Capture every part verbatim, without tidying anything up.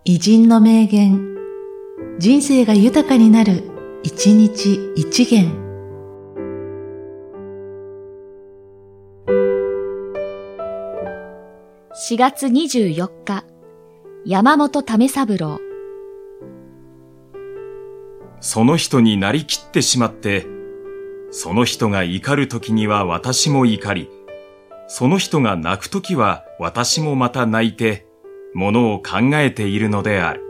偉人の名言、人生が豊かになる、一日一元。 しがつにじゅうよっか、山本為三郎。 その人になりきってしまって、その人が怒るときには私も怒り、その人が泣くときは私もまた泣いて、ものを考えているのである。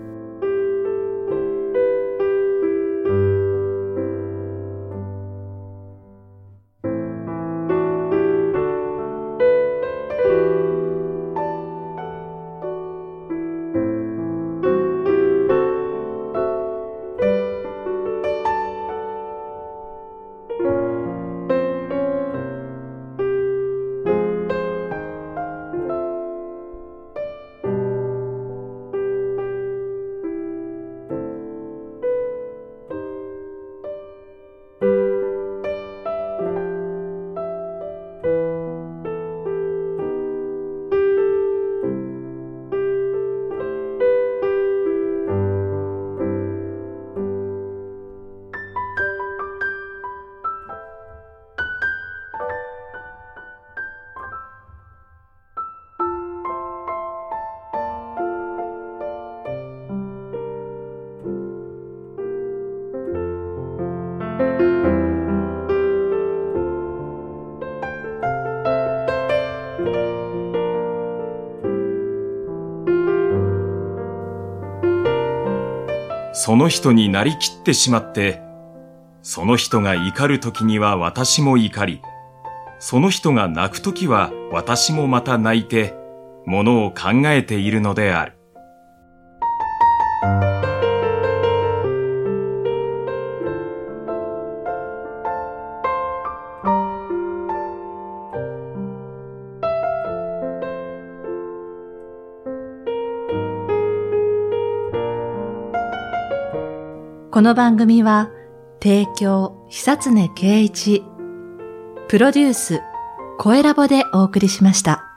その人になりきってしまって、その人が怒るときには私も怒り、その人が泣くときは私もまた泣いて、ものを考えているのである。 この番組は、提供、久常圭一、プロデュース、声ラボでお送りしました。